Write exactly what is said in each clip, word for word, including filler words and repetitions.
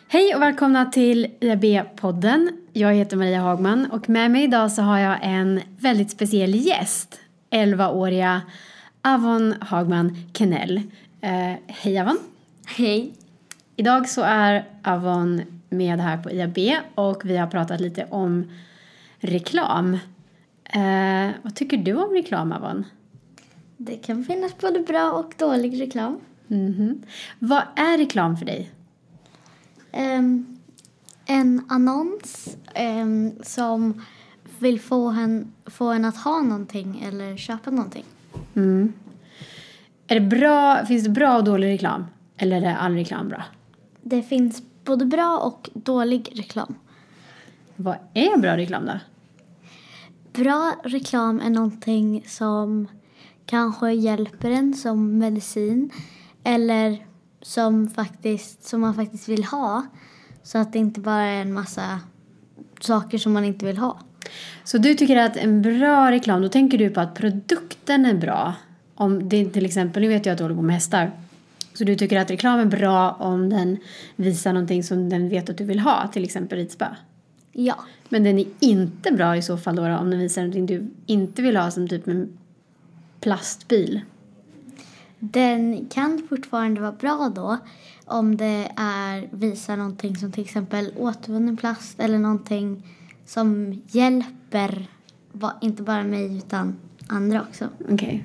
Hej och välkomna till I A B-podden. Jag heter Maria Hagman och med mig idag så har jag en väldigt speciell gäst. elvaåriga Avon Hagman Kenell. Eh, hej Avon. Hej. Idag så är Avon med här på I A B och vi har pratat lite om reklam. Eh, vad tycker du om reklam, Avon? Det kan finnas både bra och dålig reklam. Mm-hmm. Vad är reklam för dig? Um, en annons um, som vill få en, få en att ha någonting eller köpa någonting. Mm. Är det bra, finns det bra och dålig reklam? Eller är det all reklam bra? Det finns både bra och dålig reklam. Vad är bra reklam då? Bra reklam är någonting som kanske hjälper en som medicin. Eller som, faktiskt, som man faktiskt vill ha. Så att det inte bara är en massa saker som man inte vill ha. Så du tycker att en bra reklam, då tänker du på att produkten är bra. Om det till exempel, nu vet jag att du håller på med hästar. Så du tycker att reklam är bra om den visar någonting som den vet att du vill ha. Till exempel ridspö. Ja. Men den är inte bra i så fall då, om den visar någonting du inte vill ha, som typ en plastbil. Den kan fortfarande vara bra då om det är visar någonting som till exempel återvunnen plast eller någonting som hjälper inte bara mig utan andra också. Okej. Okay.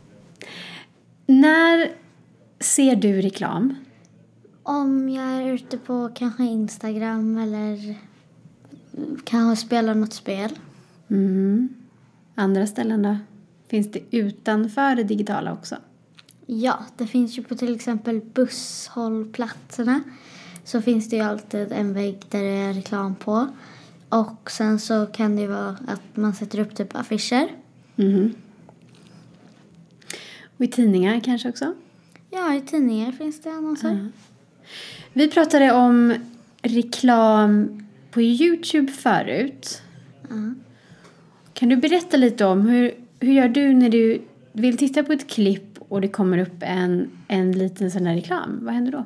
När ser du reklam? Om jag är ute på kanske Instagram eller kanske spelar något spel. Mm. Andra ställen då? Finns det utanför det digitala också? Ja, det finns ju på till exempel busshållplatserna. Så finns det ju alltid en vägg där det är reklam på. Och sen så kan det ju vara att man sätter upp typ affischer. Mm. Och i tidningar kanske också? Ja, i tidningar finns det annonser. Mm. Vi pratade om reklam på YouTube förut. Mm. Kan du berätta lite om hur, hur gör du när du vill titta på ett klipp och det kommer upp en, en liten sån här reklam? Vad händer då?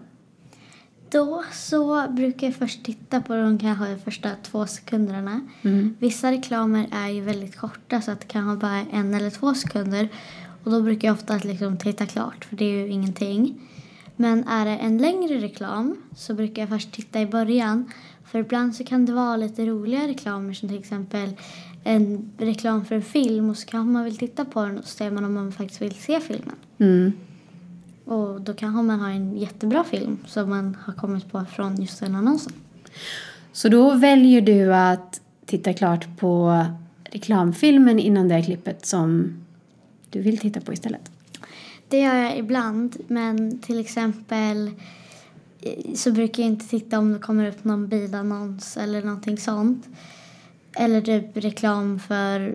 Då så brukar jag först titta på de kanske första två sekunderna. Mm. Vissa reklamer är ju väldigt korta så att det kan vara bara en eller två sekunder. Och då brukar jag ofta liksom titta klart för det är ju ingenting. Men är det en längre reklam så brukar jag först titta i början. För ibland så kan det vara lite roliga reklamer som till exempel en reklam för en film. Och så kan man vill titta på den och så ser man om man faktiskt vill se filmen. Mm. Och då kanske man har en jättebra film som man har kommit på från just den annonsen. Så då väljer du att titta klart på reklamfilmen innan det här klippet som du vill titta på istället? Det gör jag ibland, men till exempel så brukar jag inte titta om det kommer upp någon bilannons eller någonting sånt. Eller typ reklam för,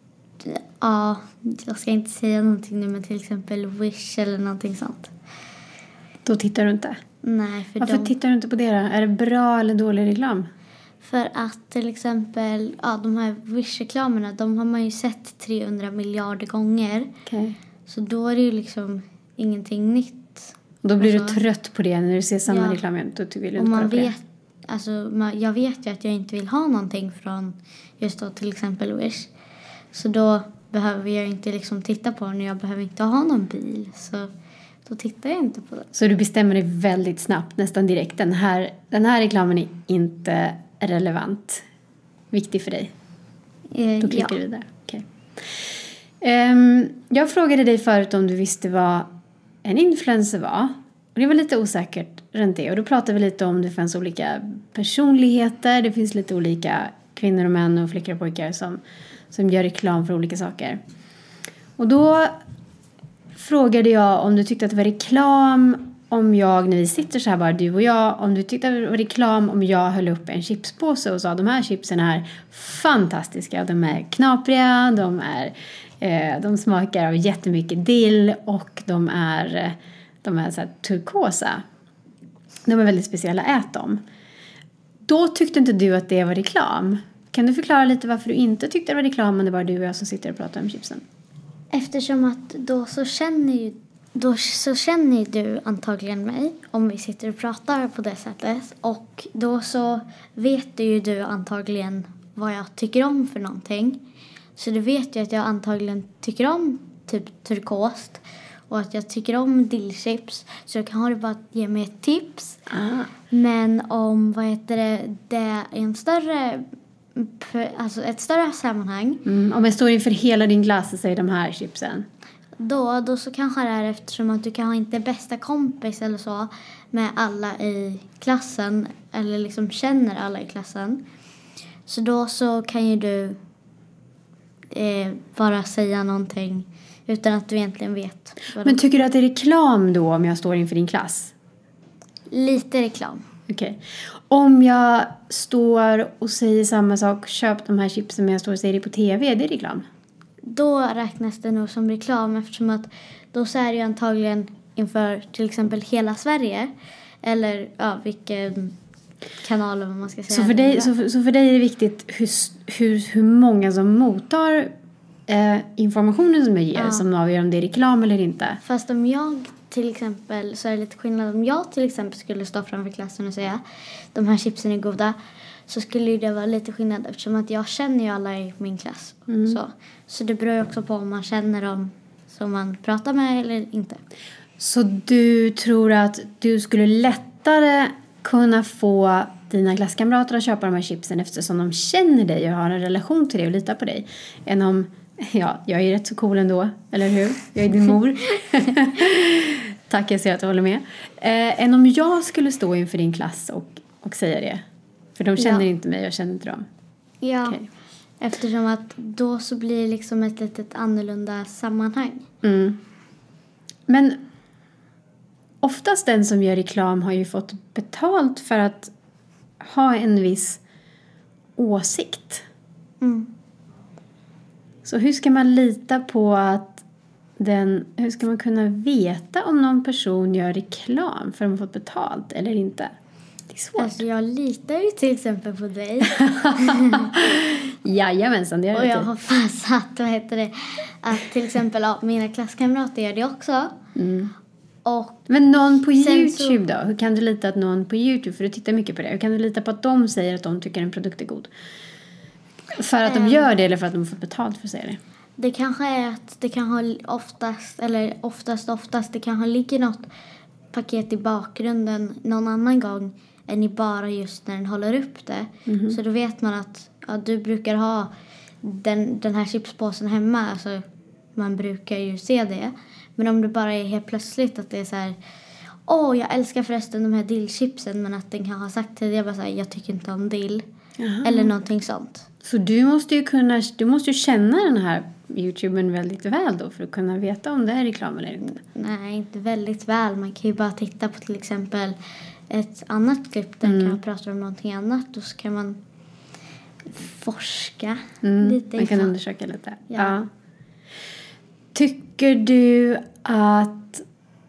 ja, jag ska inte säga någonting nu, men till exempel Wish eller någonting sånt. Då tittar du inte? Nej, för Varför de... tittar du inte på det då? Är det bra eller dålig reklam? För att till exempel, ja, de här Wish-reklamerna, de har man ju sett trehundra miljarder gånger. Okay. Så då är det ju liksom ingenting nytt. Och då blir alltså, du trött på det när du ser samma ja. reklam igen. Då vill du och inte man på vet, det. alltså, man, jag vet ju att jag inte vill ha någonting från just då till exempel Wish. Så då behöver jag inte liksom titta på den och jag behöver inte ha någon bil. Så då tittar jag inte på det. Så du bestämmer dig väldigt snabbt, nästan direkt. Den här, den här reklamen är inte relevant. Viktig för dig. Eh, då klickar ja. du vidare. Okay. Um, jag frågade dig förut om du visste vad en influencer var. Och det var lite osäkert runt det. Och då pratade vi lite om det fanns olika personligheter. Det finns lite olika kvinnor och män och flickor och pojkar som, som gör reklam för olika saker. Och då frågade jag om du tyckte att det var reklam om jag, när vi sitter så här bara du och jag, om du tyckte att det var reklam om jag höll upp en chipspåse och sa de här chipsen är fantastiska. De är knapriga, de är eh, de smakar av jättemycket dill och de är, de är så här turkosa. De är väldigt speciella, ät dem. Då tyckte inte du att det var reklam. Kan du förklara lite varför du inte tyckte det var reklam om det var du och jag som sitter och pratar om chipsen? Eftersom att då så känner ju då så känner du antagligen mig om vi sitter och pratar på det sättet. Och då så vet ju du antagligen vad jag tycker om för någonting. Så du vet ju att jag antagligen tycker om typ turkost. Och att jag tycker om dillchips. Så jag kan ha det bara att ge mig ett tips. Ah. Men om, vad heter det, det är en större, alltså ett större sammanhang. Mm, om jag står inför hela din klass och säger de här chipsen. Då, då så kanske det är eftersom att du kan ha inte bästa kompis eller så med alla i klassen. Eller liksom känner alla i klassen. Så då så kan ju du eh, bara säga någonting utan att du egentligen vet. Men tycker du att det är reklam då om jag står inför din klass? Lite reklam. Okej. Okay. Om jag står och säger samma sak, köp de här chipsen men jag står och säger det på tv, är det reklam? Då räknas det nog som reklam eftersom att då så är det ju antagligen inför till exempel hela Sverige. Eller ja, vilken kanal vad man ska säga. Så för dig, så för, så för dig är det viktigt hur, hur, hur många som mottar eh, informationen som jag ger ja. Som avgör om det är reklam eller inte. Fast om jag till exempel, så är det lite skillnad. Om jag till exempel skulle stå framför klassen och säga de här chipsen är goda, så skulle det vara lite skillnad eftersom att jag känner ju alla i min klass. Mm. Så, så det beror ju också på om man känner dem som man pratar med eller inte. Så du tror att du skulle lättare kunna få dina klasskamrater att köpa de här chipsen eftersom de känner dig och har en relation till dig och litar på dig, än om, ja, jag är rätt så cool ändå, eller hur? Jag är din mor. Tack, jag ser att du håller med. Eh, än om jag skulle stå inför din klass och, och säga det. För de känner ja. Inte mig, jag känner inte dem. Ja, okay. Eftersom att då så blir det liksom ett litet annorlunda sammanhang. Mm. Men oftast den som gör reklam har ju fått betalt för att ha en viss åsikt. Mm. Så hur ska man lita på att den, hur ska man kunna veta om någon person gör reklam för att de har fått betalt eller inte? Det är svårt. Alltså jag litar ju till exempel på dig. Jajamensan, det gör och jag det. hoppas att, vad heter det, att till exempel ja, mina klasskamrater gör det också. Mm. Och men någon på YouTube så, då? Hur kan du lita att någon på YouTube, för du tittar mycket på det. Hur kan du lita på att de säger att de tycker en produkt är god? För att de um, gör det eller för att de får betalt för att säga det? Det kanske är att det kan ha oftast, eller oftast oftast, det kanske ligger något paket i bakgrunden någon annan gång än i bara just när den håller upp det. Mm-hmm. Så då vet man att ja, du brukar ha den, den här chipspåsen hemma. Alltså man brukar ju se det. Men om det bara är helt plötsligt att det är så här, åh, jag älskar förresten de här dillchipsen, men att den kan ha sagt tidigare bara så här, jag tycker inte om dill. Aha. Eller någonting sånt. Så du måste ju kunna, du måste ju känna den här YouTuben väldigt väl då för att kunna veta om det är reklam eller inte. Nej, inte väldigt väl. Man kan ju bara titta på till exempel ett annat klipp där mm. kan prata om någonting annat, och så kan man forska mm. lite. Man kan ifall. undersöka lite. Ja. Ja. Tycker du att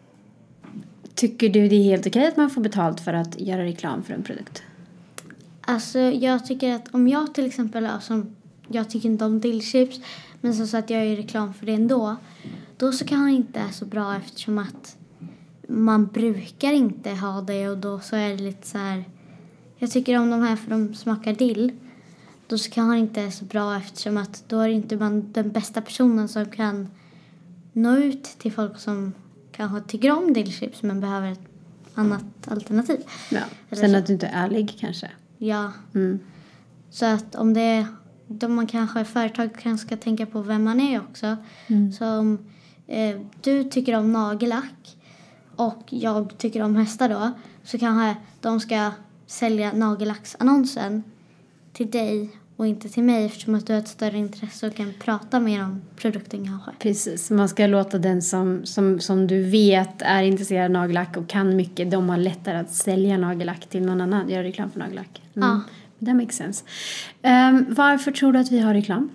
tycker du det är helt okej att man får betalt för att göra reklam för en produkt? Alltså jag tycker att om jag till exempel, alltså, jag tycker inte om dillchips, men så, så att jag gör reklam för det ändå, då så kan det inte är så bra eftersom att man brukar inte ha det, och då så är det lite så här, jag tycker om de här för de smakar dill, då så kan det inte är så bra eftersom att då är det inte man den bästa personen som kan nå ut till folk som kanske tycker om dillchips men behöver ett annat alternativ. Ja, sen att du inte är ärlig kanske. Ja. Mm. Så att om det är, då man kanske företag kanske ska tänka på vem man är också. Mm. Så om eh, du tycker om nagellack och jag tycker om hästar då, så kanske de ska sälja nagellacksannonsen till dig och inte till mig, eftersom att du har ett större intresse och kan prata mer om produkten kanske. Precis, man ska låta den som, som, som du vet är intresserad av nagellack och kan mycket, de har lättare att sälja nagellack till någon annan, göra reklam för nagellack. Mm. Ja. Det makes sense. Um, varför tror du att vi har reklam?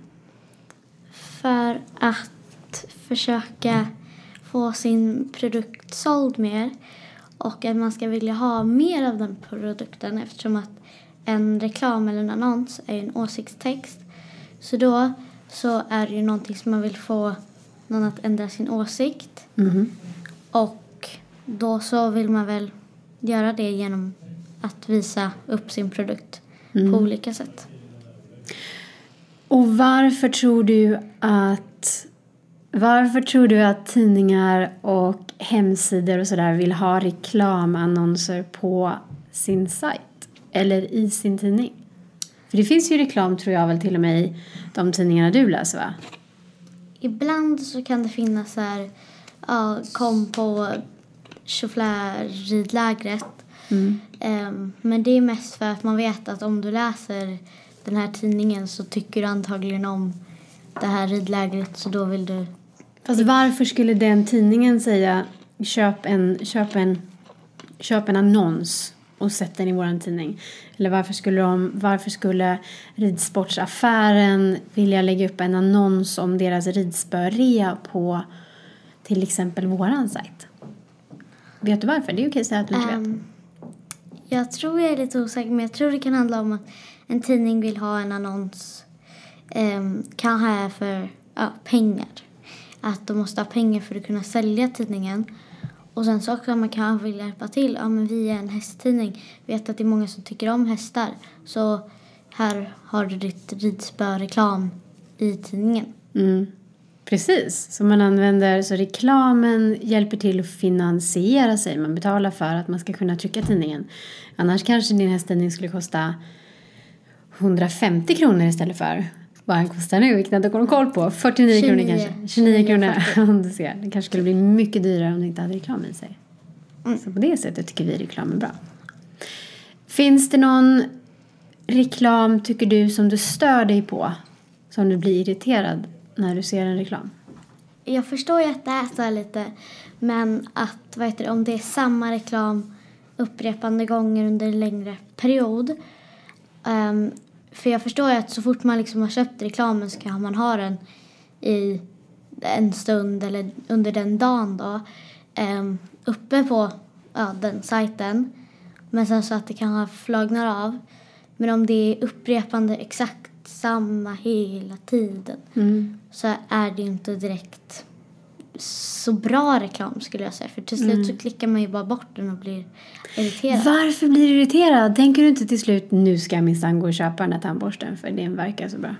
För att försöka få sin produkt såld mer, och att man ska vilja ha mer av den produkten, eftersom att en reklam eller en annons är en åsiktstext. Så då så är det ju någonting som man vill få någon att ändra sin åsikt. Mm. Och då så vill man väl göra det genom att visa upp sin produkt mm. på olika sätt. Och varför tror du att varför tror du att tidningar och hemsidor och sådär vill ha reklamannonser på sin sajt eller i sin tidning? För det finns ju reklam, tror jag väl, till och med i de tidningarna du läser, va? Ibland så kan det finnas så här, ja, kom på ridlägret. Mm. Um, men det är mest för att man vet att om du läser den här tidningen så tycker du antagligen om det här ridlägret, så då vill du... Fast varför skulle den tidningen säga köp en, köp en, köp en annons och sätt den i våran tidning? Eller varför skulle, de, varför skulle ridsportsaffären vilja lägga upp en annons om deras ridspörea på till exempel våran sajt? Vet du varför? Det är okej att säga att du inte um, vet. Jag tror jag är lite osäker, men jag tror det kan handla om att en tidning vill ha en annons um, kan ha för ja, pengar. Att de måste ha pengar för att kunna sälja tidningen. Och sen så också man kan vilja hjälpa till. Ja, men vi är en hästtidning. Vi vet att det är många som tycker om hästar. Så här har du ditt ridspö-reklam i tidningen. Mm. Precis. Så man använder, så reklamen hjälper till att finansiera sig. Man betalar för att man ska kunna trycka tidningen. Annars kanske din hästtidning skulle kosta hundrafemtio kronor istället för vad den kostar nu, vilket jag inte kommer koll på. fyrtionio kronor kanske. tjugonio kronor om du ser. Det kanske skulle bli mycket dyrare om det inte hade reklam i sig. Mm. Så på det sättet tycker vi reklam är bra. Finns det någon reklam, tycker du, som du stör dig på? Som du blir irriterad när du ser en reklam? Jag förstår ju att det är så lite. Men att, vad heter det, om det är samma reklam upprepande gånger under en längre period. Um, För jag förstår ju att så fort man liksom har köpt reklamen så kan man ha den i en stund eller under den dagen då. Um, uppe på ja, den sajten. Men sen så att det kan ha flagnar av. Men om det är upprepande exakt samma hela tiden. Mm. Så är det inte direkt så bra reklam, skulle jag säga. För till slut mm. så klickar man ju bara bort den och blir irriterad. Varför blir du irriterad? Tänker du inte till slut, nu ska jag minsann gå och köpa den här tandborsten för den verkar så bra?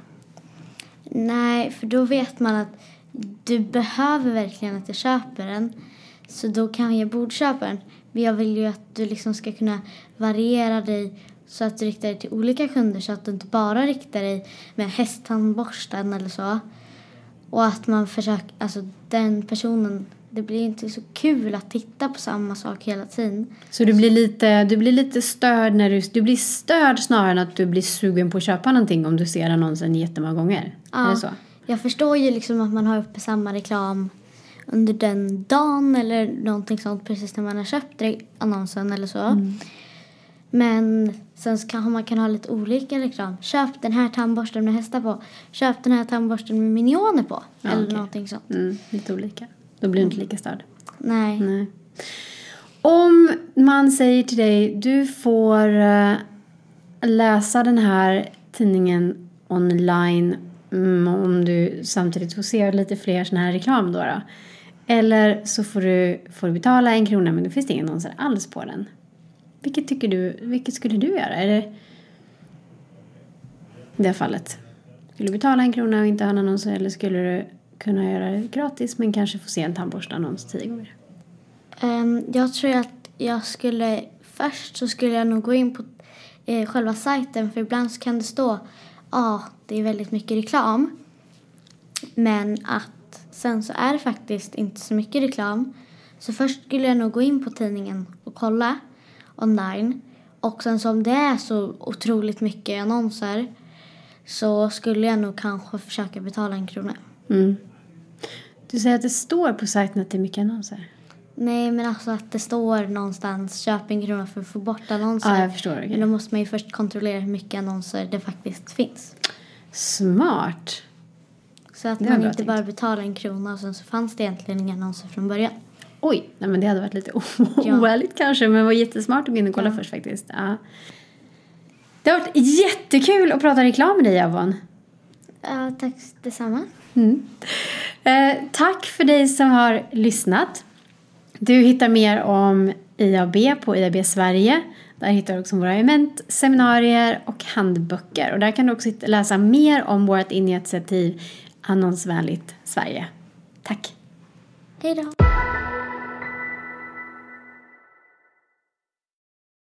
Nej, för då vet man att du behöver verkligen att jag köper den. Så då kan jag bordköpa den. Men jag vill ju att du liksom ska kunna variera dig så att du riktar dig till olika kunder. Så att du inte bara riktar dig med hästtandborsten eller så. Och att man försöker, alltså den personen, det blir inte så kul att titta på samma sak hela tiden. Så du blir lite, du blir lite störd när du, du blir störd snarare än att du blir sugen på att köpa någonting om du ser annonsen jättemånga gånger? Ja, är det så? Jag förstår ju liksom att man har uppe samma reklam under den dagen eller någonting sånt precis när man har köpt annonsen eller så. Mm. Men sen kan man kan ha lite olika reklam. Köp den här tandborsten med hästar på. Köp den här tandborsten med minioner på. Ja, eller okay. Någonting sånt. Mm, lite olika. Då blir du inte lika störd. Nej. Nej. Om man säger till dig, du får uh, läsa den här tidningen online mm, om du samtidigt får se lite fler såna här reklam då, då. Eller så får du, får du betala en krona men det finns ingen annonser alls på den. Vilket tycker du, vilket skulle du göra? Är det i det fallet? Skulle du betala en krona och inte ha en annons, eller skulle du kunna göra det gratis men kanske få se en tandborstannons tio gånger? Um, jag tror att jag skulle, först så skulle jag nog gå in på eh, själva sajten, för ibland så kan det stå, ja ah, det är väldigt mycket reklam. Men att sen så är det faktiskt inte så mycket reklam. Så först skulle jag nog gå in på tidningen och kolla online. Och sen som det är så otroligt mycket annonser så skulle jag nog kanske försöka betala en krona. Mm. Du säger att det står på sajten att det är mycket annonser. Nej, men alltså att det står någonstans köp en krona för att få bort annonser. Ja, jag förstår. Okay. Men då måste man ju först kontrollera hur mycket annonser det faktiskt finns. Smart. Så att man inte tänkt. Bara betalar en krona och sen så fanns det egentligen inga annonser från början. Oj, nej, men det hade varit lite oärligt ja. kanske. Men det var jättesmart att gå in och kolla ja. först faktiskt. Ja. Det har varit jättekul att prata reklam med dig, Avon. Ja, tack detsamma. Mm. Eh, tack för dig som har lyssnat. Du hittar mer om I A B på I A B Sverige. Där hittar du också våra event, seminarier och handböcker. Och där kan du också läsa mer om vårt initiativ Annonsvänligt Sverige. Tack! Hej då!